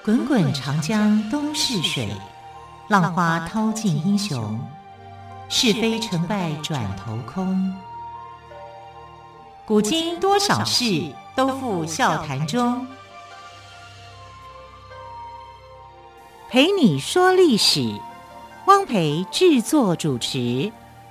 滚滚长江东逝水，浪花淘尽英雄。是非成败转头空。古今多少事，都付笑谈中。陪你说历史，汪培制作主持。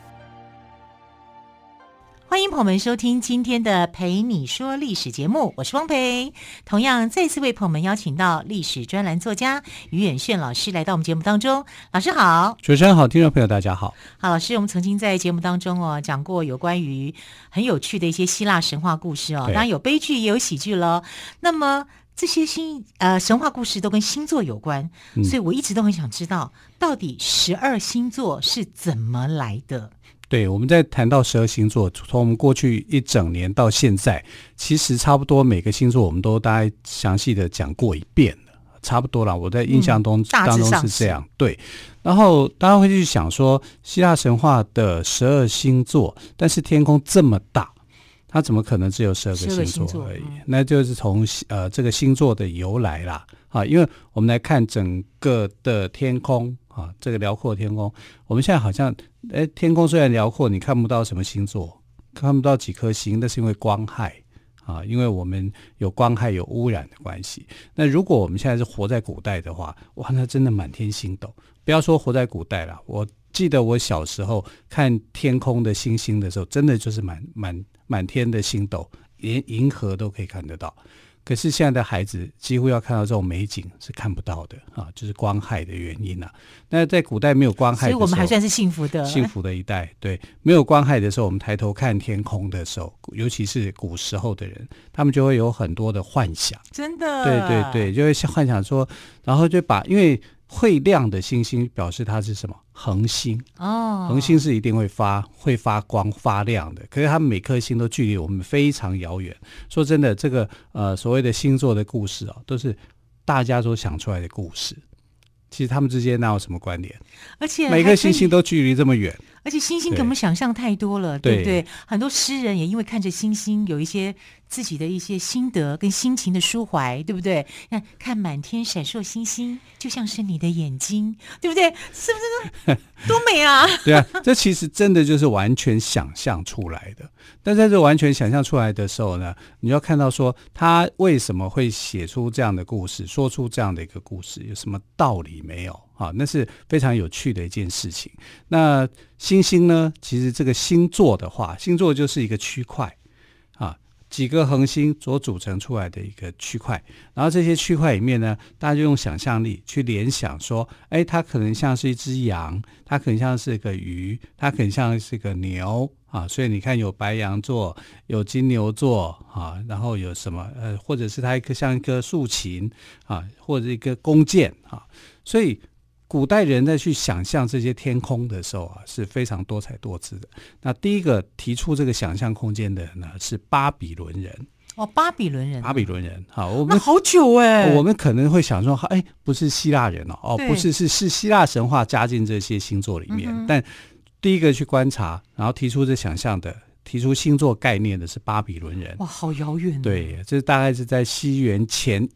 欢迎朋友们收听今天的陪你说历史节目，我是汪培。同样再次为朋友们邀请到历史专栏作家于远炫老师来到我们节目当中。老师好。 主持人好，听众朋友大家好。 好，老师，我们曾经在节目当中讲过有关于很有趣的一些希腊神话故事当然有悲剧也有喜剧了。那么这些神话故事都跟星座有关，所以我一直都很想知道到底12星座是怎么来的。 对，我们在谈到12星座，从我们过去一整年到现在，其实差不多每个星座我们都大概详细的讲过一遍了，差不多啦。我在印象当中是这样。对，然后大家会去想说，希腊神话的12星座，但是天空这么大，它怎么可能只有12个星座而已？那就是从这个星座的由来啦。因为我们来看整个的天空这个辽阔的天空，我们现在好像天空虽然辽阔，你看不到什么星座，看不到几颗星，那是因为光害因为我们有光害有污染的关系。那如果我们现在是活在古代的话，哇，那真的满天星斗。不要说活在古代啦，我记得我小时候看天空的星星的时候，真的就是满天的星斗，连银河都可以看得到。可是现在的孩子几乎要看到这种美景是看不到的就是光害的原因那在古代没有光害的时候， 所以我们还算是幸福的一代。对，没有光害的时候，我们抬头看天空的时候，尤其是古时候的人，他们就会有很多的幻想。 真的， 对，就会幻想说，然后就因为会亮的星星表示它是什么？恒星恒星是一定会发光发亮的，可是它们每颗星都距离我们非常遥远。说真的，这个所谓的星座的故事都是大家所想出来的故事，其实他们之间哪有什么关联？ 而且每个星星都距离这么远， 而且星星给我们想象太多了，对不对？很多诗人也因为看着星星有一些自己的一些心得跟心情的抒怀，对不对？看满天闪烁星星，就像是你的眼睛，对不对？是不是多美啊？ 对啊，这其实真的就是完全想象出来的。但在这完全想象出来的时候呢，你要看到说他为什么会写出这样的故事，说出这样的一个故事，有什么道理没有？那是非常有趣的一件事情。那星星呢，其实这个星座的话，星座就是一个区块几个恒星所组成出来的一个区块，然后这些区块里面呢，大家就用想象力去联想说，它可能像是一只羊，它可能像是个鱼，它可能像是个牛所以你看有白羊座，有金牛座然后有什么或者是它像一个竖琴或者一个弓箭所以古代人在去想象这些天空的时候是非常多彩多姿的。那第一个提出这个想象空间的人呢，是巴比伦人。 巴比伦人我们那好久我们可能会想说不是希腊人不是，是希腊神话加进这些星座里面但第一个去观察然后提出这想象的，提出星座概念的是巴比伦人。 哇，好遥远对，这大概是在西元前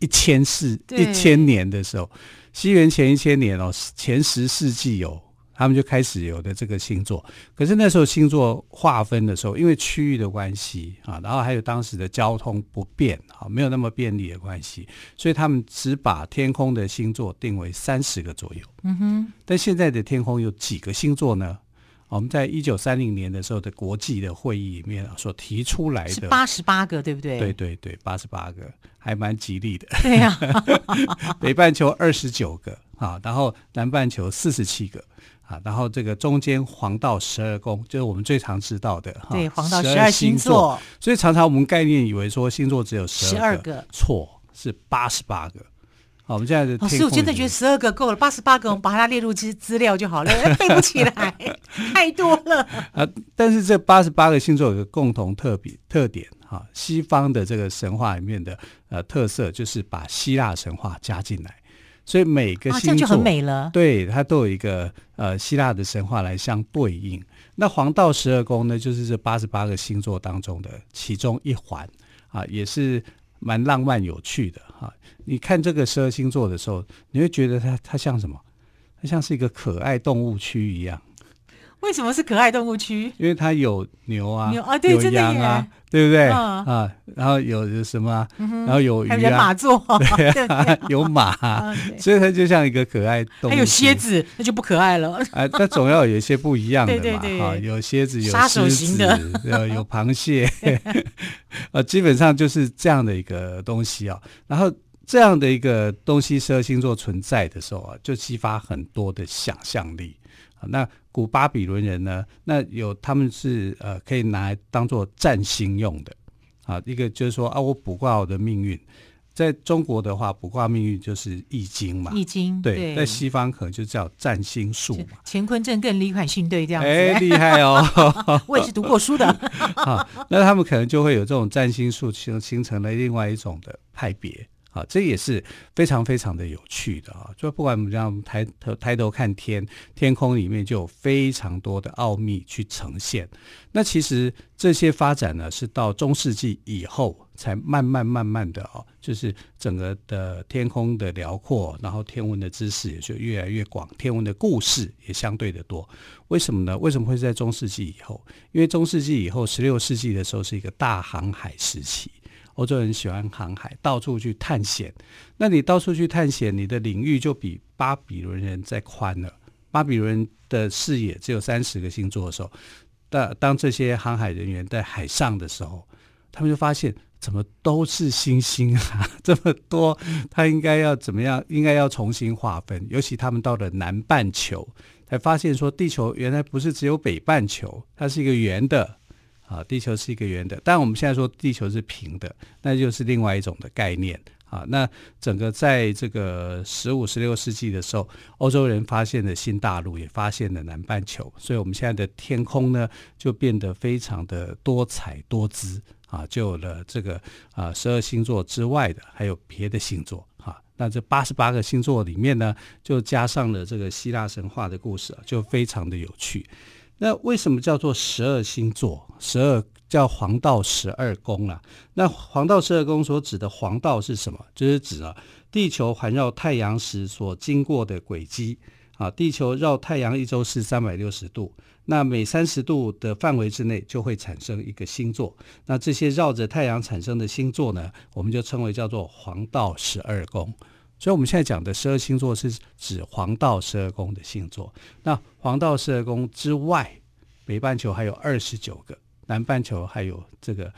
1000年的时候，西元前1000年前10世纪他们就开始有的这个星座。可是那时候星座划分的时候，因为区域的关系然后还有当时的交通不便没有那么便利的关系，所以他们只把天空的星座定为30个左右。但现在的天空有几个星座呢？我们在1930年的时候的国际的会议里面所提出来的是88个，对不对？ 对，88个，还蛮吉利的。 对呀北半球29个然后南半球47个然后这个中间黄道12宫，就是我们最常知道的对，黄道12星座。 所以常常我们概念以为说星座只有12 个， 错，是88个。我们现在的老师，我真的觉得12个够了，88个我们把它列入资料就好了，背不起来，太多了但是这88个星座有个共同特点西方的这个神话里面的特色就是把希腊神话加进来，所以每个星座这样就很美了。 对，它都有一个希腊的神话来相对应。那黄道12宫呢，就是这88个星座当中的其中一环也是蛮浪漫有趣的哈。你看这个12星座的时候，你会觉得它像什么？它像是一个可爱动物区一样。 为什么是可爱动物区？ 因为它有牛啊， 对， 有羊啊，对不对？然后有什么然后有鱼啊， 还有人马座， 对啊，有马所以它就像一个可爱动物区。 还有蝎子，那就不可爱了。 那总要有一些不一样的嘛， 对， 有蝎子，有杀手型的， 有螃蟹，基本上就是这样的一个东西啊。然后这样的一个东西，12星座存在的时候啊，就激发很多的想象力。那古巴比伦人呢？那他们是可以拿来当做占星用的啊。一个就是说我卜卦我的命运，在中国的话，卜卦命运就是易经嘛。 易经对，在西方可能就叫占星术嘛。 乾坤正跟李款训对这样子， 厉害哦！ 我也是读过书的。 那他们可能就会有这种占星术形成了另外一种的派别。这也是非常非常的有趣的啊！就不管我们这样抬头看天空里面就有非常多的奥秘去呈现。那其实这些发展呢，是到中世纪以后才慢慢的就是整个的天空的辽阔，然后天文的知识也就越来越广，天文的故事也相对的多。为什么呢？为什么会在中世纪以后？因为中世纪以后16世纪的时候是一个大航海时期。欧洲人喜欢航海，到处去探险。那你到处去探险，你的领域就比巴比伦人再宽了。巴比伦的视野只有30个星座的时候，当这些航海人员在海上的时候，他们就发现怎么都是星星啊，这么多，他应该要怎么样？应该要重新划分。尤其他们到了南半球，才发现说地球原来不是只有北半球，它是一个圆的。地球是一个圆的，但我们现在说地球是平的，那就是另外一种的概念。那整个在这个15、16世纪的时候，欧洲人发现了新大陆，也发现了南半球，所以我们现在的天空呢，就变得非常的多彩多姿就有了这个12星座之外的，还有别的星座那这88个星座里面呢，就加上了这个希腊神话的故事就非常的有趣。那为什么叫做12星座？12叫黄道12宫啦。那黄道12宫所指的黄道是什么？就是指地球环绕太阳时所经过的轨迹地球绕太阳一周是360度，那每30度的范围之内就会产生一个星座。那这些绕着太阳产生的星座呢，我们就称为叫做黄道12宫。所以我们现在讲的12星座是指黄道12宫的星座。那黄道12宫之外，北半球还有29个，南半球还有这个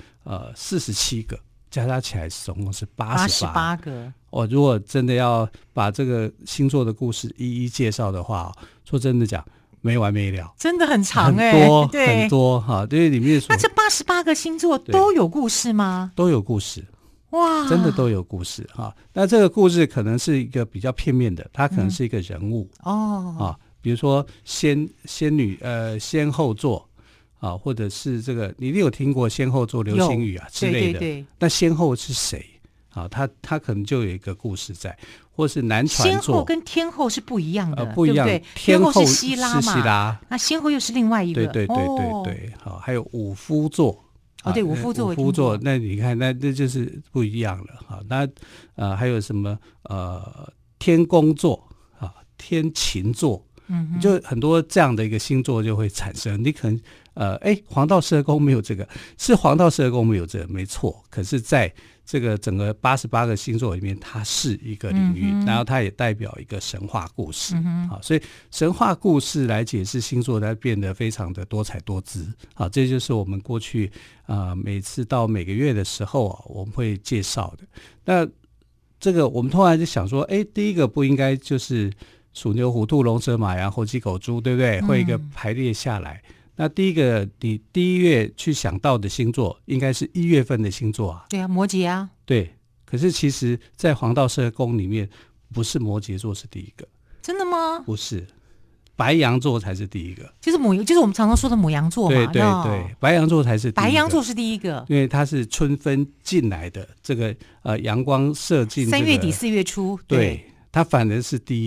47个，加起来总共是88 个。 如果真的要把这个星座的故事一一介绍的话，说真的讲没完没了， 真的很长很多因为里面那这88个星座都有故事吗？ 都有故事。 哇， 真的都有故事那这个故事可能是一个比较片面的，它可能是一个人物比如说仙女仙后座或者是这个你一定有听过仙后座流星雨之类的。对，那仙后是谁他可能就有一个故事在，或是南传座。 仙后跟天后是不一样的， 不一样。 对不对？ 天后是希腊嘛， 那仙后又是另外一个。 对还有五夫座。 对，五夫座， 那你看，那就是不一样了那还有什么天宫座天琴座，就很多这样的一个星座就会产生。你可能黄道12宫没有这个，是黄道12宫没有这个，没错。可是在这个整个88个星座里面，它是一个领域，然后它也代表一个神话故事所以神话故事来解释星座，它变得非常的多彩多姿这就是我们过去每次到每个月的时候我们会介绍的。那这个我们通常就想说第一个不应该就是鼠牛虎兔龙蛇马羊猴鸡狗猪，对不对？会一个排列下来。那第一个你第一月去想到的星座应该是1月份的星座对啊，摩羯啊。 对，可是其实在黄道12宫里面不是摩羯座是第一个。 真的吗？ 不是，白羊座才是第一个。 就是我们常常说的牡羊座嘛。 对，白羊座才是第一个。 白羊座是第一个， 因为它是春分进来的，这个阳光射进3 月底4月初。 对，它反而是第一个。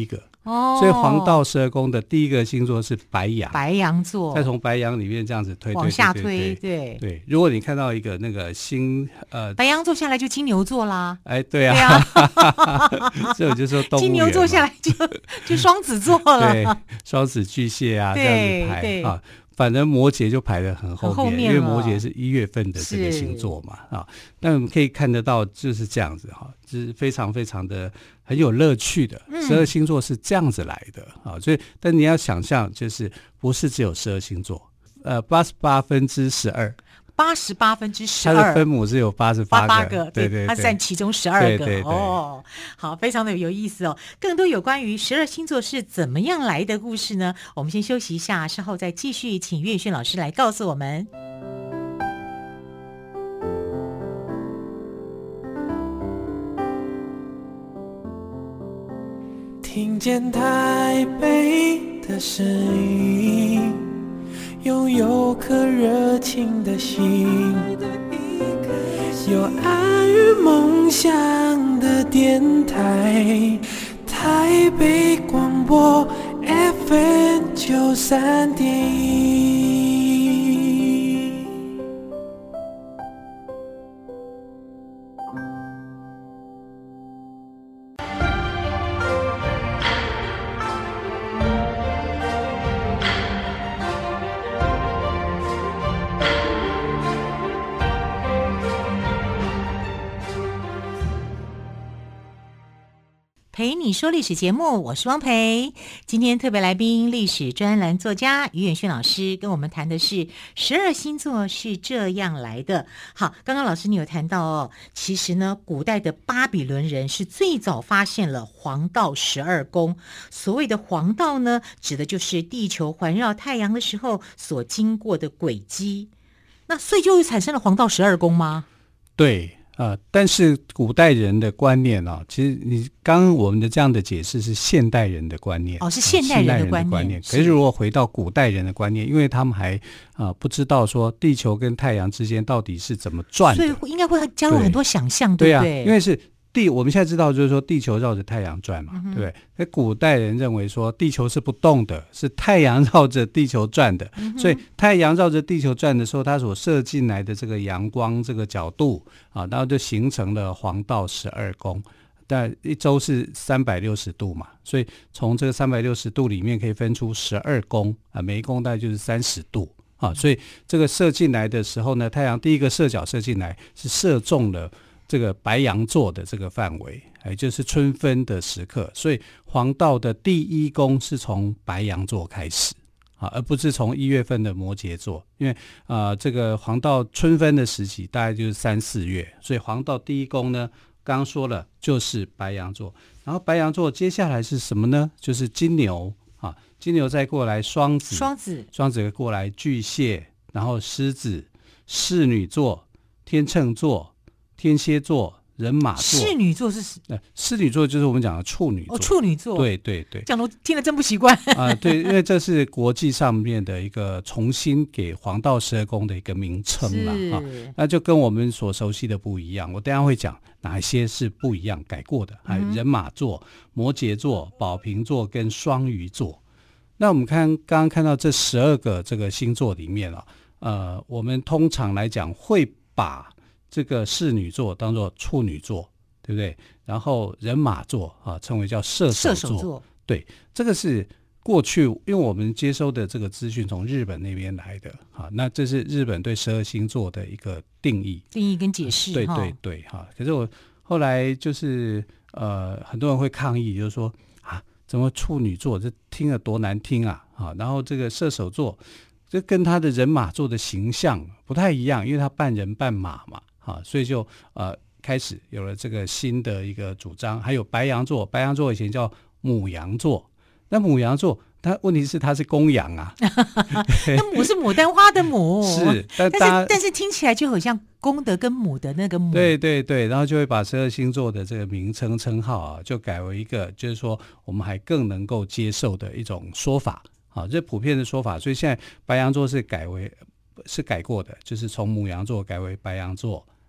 所以黄道12宫的第一个星座是白羊， 白羊座， 再从白羊里面这样子推往下推，对。 如果你看到一个那个星白羊座下来就金牛座啦， 对啊，所以我就说动物园嘛， 金牛座下来就双子座了， 对，双子巨蟹啊，这样子排啊。反正摩羯就排得很后面，因为摩羯是1月份的这个星座嘛，但我们可以看得到就是这样子就是非常非常的很有乐趣的，12星座是这样子来的所以但你要想象就是不是只有12星座，88%，它的分母是有88个，对， 它占其中12个，对，好，非常的有意思哦。更多有关于12星座是怎么样来的故事呢？我们先休息一下，稍后再继续请岳轩老师来告诉我们。 听见台北的声音，拥有颗热情的心，有爱与梦想的电台，台北广播 FM93.1。 陪你说历史节目，我是汪培。今天特别来宾，历史专栏作家于远逊老师跟我们谈的是12星座是这样来的。好，刚刚老师你有谈到其实呢，古代的巴比伦人是最早发现了黄道12宫。所谓的黄道呢，指的就是地球环绕太阳的时候所经过的轨迹。那所以就产生了黄道12宫吗？ 对。但是古代人的观念其实你刚刚我们的这样的解释是现代人的观念是现代人的观念。 可是如果回到古代人的观念，因为他们还不知道说地球跟太阳之间到底是怎么转的， 所以应该会加入很多想象，对不对？ 因为是我们现在知道就是说地球绕着太阳转嘛，对不对？那古代人认为说地球是不动的，是太阳绕着地球转的，所以太阳绕着地球转的时候，它所射进来的这个阳光这个角度然后就形成了黄道12宫。但一周是360度嘛，所以从这个360度里面可以分出12宫每一宫大概就是30度所以这个射进来的时候呢，太阳第一个射角射进来是射中了这个白羊座的这个范围，也就是春分的时刻，所以黄道的第一宫是从白羊座开始而不是从1月份的摩羯座，因为这个黄道春分的时期大概就是3、4月，所以黄道第一宫呢，刚刚说了就是白羊座，然后白羊座接下来是什么呢？就是金牛金牛再过来双子过来巨蟹，然后狮子、侍女座、天秤座、天蝎座、人马座。 侍女座是侍女座就是我们讲的处女座。 处女座， 对， 讲得听得真不习惯对，因为这是国际上面的一个重新给黄道12宫的一个名称了那就跟我们所熟悉的不一样。我等一下会讲哪一些是不一样改过的人马座、摩羯座、宝瓶座跟双鱼座。那我们刚刚看到这12个这个星座里面我们通常来讲会把这个侍女座当作处女座，对不对？然后人马座称为叫射手座。对，这个是过去因为我们接收的这个资讯从日本那边来的那这是日本对12星座的一个定义跟解释对可是我后来就是很多人会抗议，就是说怎么处女座这听了多难听然后这个射手座这跟他的人马座的形象不太一样，因为他半人半马嘛所以就开始有了这个新的一个主张。还有白羊座以前叫母羊座，那母羊座它问题是它是公羊那母是牡丹花的母是， 但是听起来就很像公的跟母的那个母。 对，然后就会把12星座的这个名称称号就改为一个就是说我们还更能够接受的一种说法这普遍的说法。所以现在白羊座是改过的，就是从母羊座改为白羊座，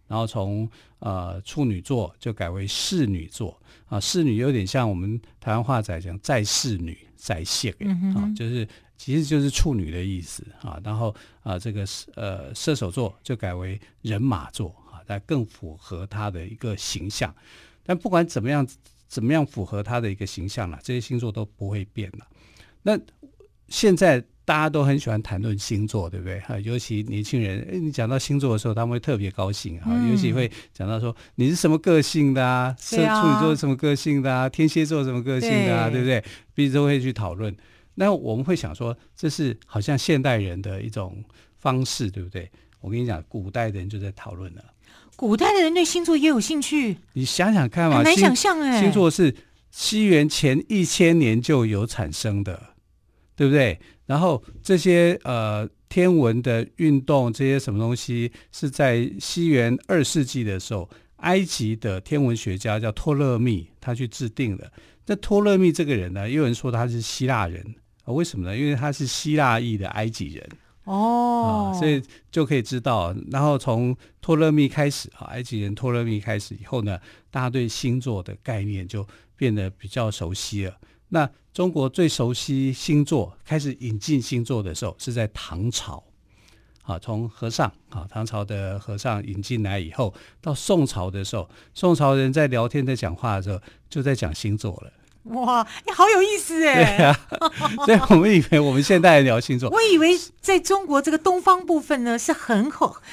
然后从处女座就改为侍女座啊，侍女有点像我们台湾话在讲在侍女在线啊，就是其实就是处女的意思啊。然后这个射手座就改为人马座啊，那更符合他的一个形象。但不管怎么样符合他的一个形象啦，这些星座都不会变了。那现在大家都很喜欢谈论星座，对不对？尤其年轻人，你讲到星座的时候，他们会特别高兴尤其会讲到说你是什么个性的啊，处女座是什么个性的啊，天蝎座什么个性的啊，对不对？彼此都会去讨论。那我们会想说，这是好像现代人的一种方式，对不对？我跟你讲，古代的人就在讨论了。 古代的人对星座也有兴趣？ 你想想看嘛， 很难想象星座是西元前1000年就有产生的，对不对？然后这些天文的运动，这些什么东西是在西元2世纪的时候，埃及的天文学家叫托勒密，他去制定的。那托勒密这个人呢，有人说他是希腊人为什么呢？因为他是希腊裔的埃及人所以就可以知道。然后从托勒密开始埃及人托勒密开始以后呢，大家对星座的概念就变得比较熟悉了。那中国最熟悉星座，开始引进星座的时候是在唐朝从和尚唐朝的和尚引进来以后，到宋朝的时候，宋朝人在聊天在讲话的时候就在讲星座了。 哇，好有意思耶！ 对啊，所以我们以为我们现代人聊星座， 我以为在中国这个东方部分呢是很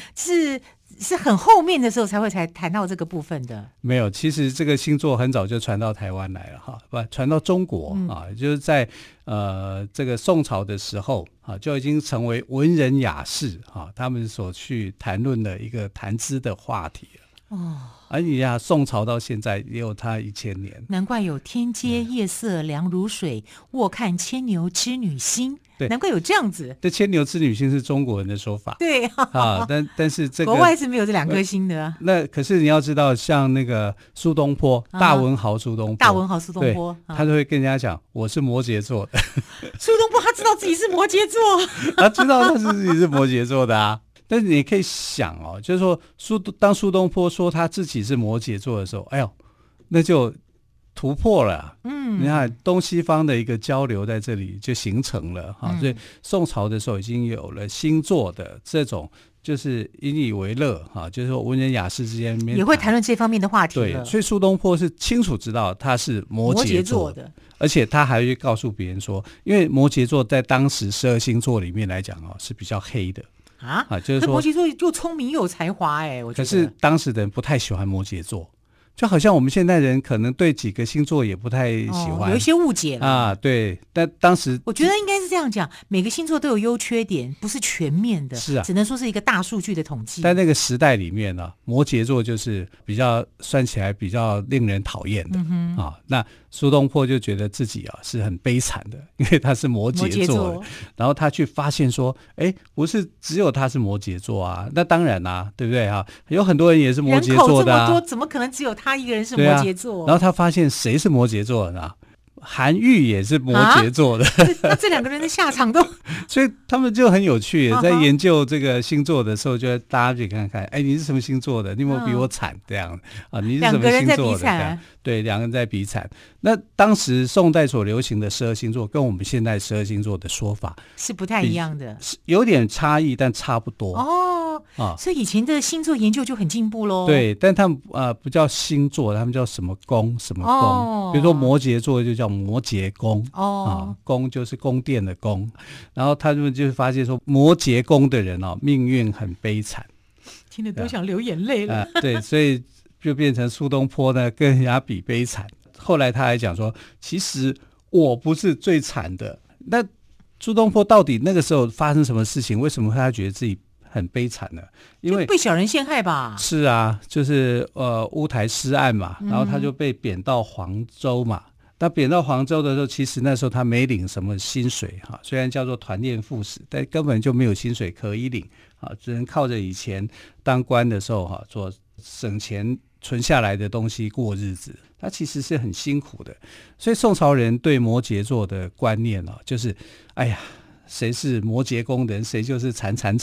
后面的时候才谈到这个部分的。 没有，其实这个星座很早就传到台湾来了传到中国就是在这个宋朝的时候就已经成为文人雅士他们所去谈论的一个谈资的话题了。而你宋朝到现在也有它1000年， 难怪有天阶夜色凉如水，卧看牵牛织女星。 对， 难怪有这样子。 这牵牛织女星是中国人的说法。 对但是这个国外是没有这2颗星的那可是你要知道，像那个苏东坡，大文豪苏东坡，他就会跟人家讲我是摩羯座的。 苏东坡他知道自己是摩羯座， 他知道他自己是摩羯座的但是你可以想就是说当苏东坡说他自己是摩羯座的时候，哎呦，那就突破了你看东西方的一个交流在这里就形成了所以宋朝的时候已经有了星座的这种就是引以为乐就是说文人雅士之间也会谈论这方面的话题了。 对，所以苏东坡是清楚知道他是摩羯座的，而且他还会告诉别人说，因为摩羯座在当时12星座里面来讲是比较黑的就是说摩羯座又聪明又有才华我觉得。 可是当时的人不太喜欢摩羯座，就好像我们现代人可能对几个星座也不太喜欢有一些误解了对，但当时我觉得应该是这样讲，每个星座都有优缺点，不是全面的， 是只能说是一个大数据的统计。 在那个时代里面摩羯座就是比较算起来比较令人讨厌的那苏东坡就觉得自己是很悲惨的，因为他是摩羯座然后他去发现说不是只有他是摩羯座那当然对不对有很多人也是摩羯座的人口这么多，怎么可能只有他一个人是摩羯座然后他发现谁是摩羯座的呢？韩愈也是摩羯座的那这2个人的下场都所以他们就很有趣在研究这个星座的时候，就大家去看看你是什么星座的，你有没有比我惨这样你是什么星座的对，2个人在比惨。那当时宋代所流行的12星座跟我们现在12星座的说法是不太一样的， 有点差异，但差不多所以以前的星座研究就很进步咯。 对，但他们不叫星座，他们叫什么宫什么宫比如说摩羯座就叫摩羯宫宫就是宫殿的宫。然后他们就发现说摩羯宫的人命运很悲惨， 听得都想流眼泪了对，所以就变成苏东坡呢跟人家比悲惨。后来他还讲说，其实我不是最惨的。那苏东坡到底那个时候发生什么事情？为什么他觉得自己很悲惨呢？因为被小人陷害吧。 是就是乌台诗案嘛，然后他就被贬到黄州嘛。那贬到黄州的时候，其实那时候他没领什么薪水虽然叫做团练副使，但根本就没有薪水可以领只能靠着以前当官的时候做省钱存下来的东西过日子，他其实是很辛苦的。所以宋朝人对摩羯座的观念就是哎呀，谁是摩羯宫的人谁就是惨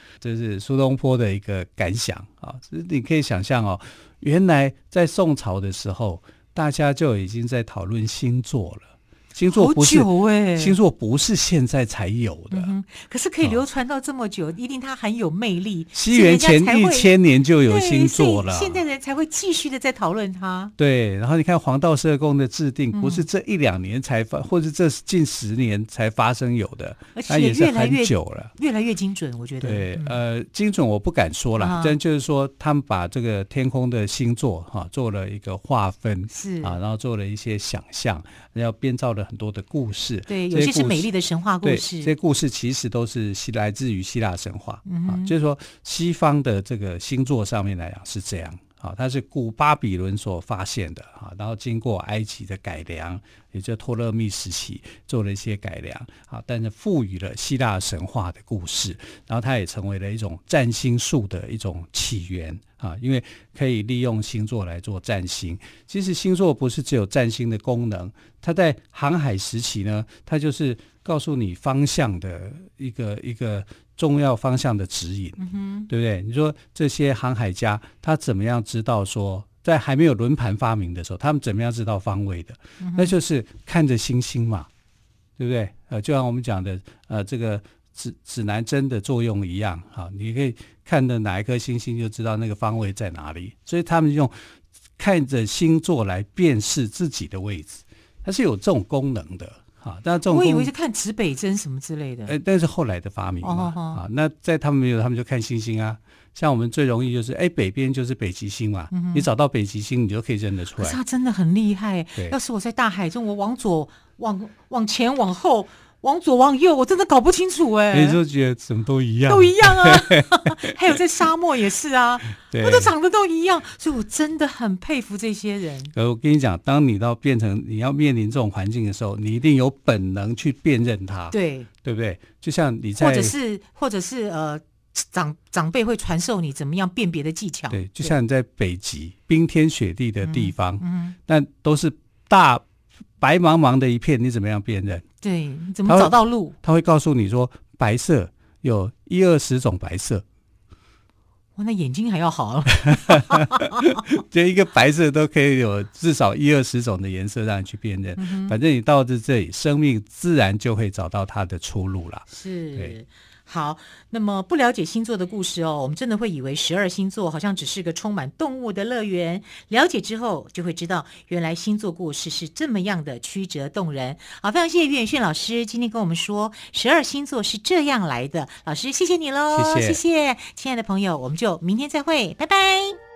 这是苏东坡的一个感想啊。你可以想象哦，原来在宋朝的时候，大家就已经在讨论星座了。星座不是好久欸， 星座不是现在才有的， 可是可以流传到这么久，一定它很有魅力。 西元前1000年就有星座了， 现在人才会继续的在讨论它。 对，然后你看黄道十二宫的制定，不是这1-2年才或者这近10年才发生有的， 而且也是很久了， 越来越精准，我觉得。 对，精准我不敢说了，但就是说他们把这个天空的星座做了一个划分， 是啊，然后做了一些想象，然后编造了很多的故事， 对，有些是美丽的神话故事， 这些故事其实都是来自于希腊神话，就是说西方的这个星座上面来讲是这样，它是古巴比伦所发现的，然后经过埃及的改良，也就托勒密时期做了一些改良，但是赋予了希腊神话的故事，然后它也成为了一种占星术的一种起源，因为可以利用星座来做占星。其实星座不是只有占星的功能，它在航海时期呢，它就是告诉你方向的一个重要方向的指引，对不对？你说这些航海家他怎么样知道说，在还没有轮盘发明的时候，他们怎么样知道方位的？那就是看着星星嘛，对不对？就像我们讲的这个指南针的作用一样，你可以看着哪一颗星星就知道那个方位在哪里，所以他们用看着星座来辨识自己的位置，它是有这种功能的。但这种我以为是看指北针什么之类的， 但是后来的发明嘛，那在他们没有，他们就看星星啊。像我们最容易就是北边就是北极星嘛，你找到北极星你就可以认得出来。 可是他真的很厉害，要是我在大海中，我往左往前往后往左往右，我真的搞不清楚你就觉得什么都一样， 都一样啊。还有在沙漠也是啊，我都长得都一样，所以我真的很佩服这些人。 我跟你讲，当你变成你要面临这种环境的时候，你一定有本能去辨认它，对不对？就像你在或者是长辈会传授你怎么样辨别的技巧。 对，就像你在北极冰天雪地的地方，那都是大白茫茫的一片，你怎么样辨认？ 对，你怎么找到路？ 他会告诉你说，白色有10-20种白色。 哇，那眼睛还要好就一个白色都可以有至少10-20种的颜色让你去辨认，反正你到这里，生命自然就会找到它的出路了。 是， 对。 好，那么不了解星座的故事我们真的会以为12星座好像只是个充满动物的乐园，了解之后就会知道原来星座故事是这么样的曲折动人。好，非常谢谢于远炫老师今天跟我们说12星座是这样来的，老师谢谢你咯，谢谢亲爱的朋友，我们就明天再会，拜拜。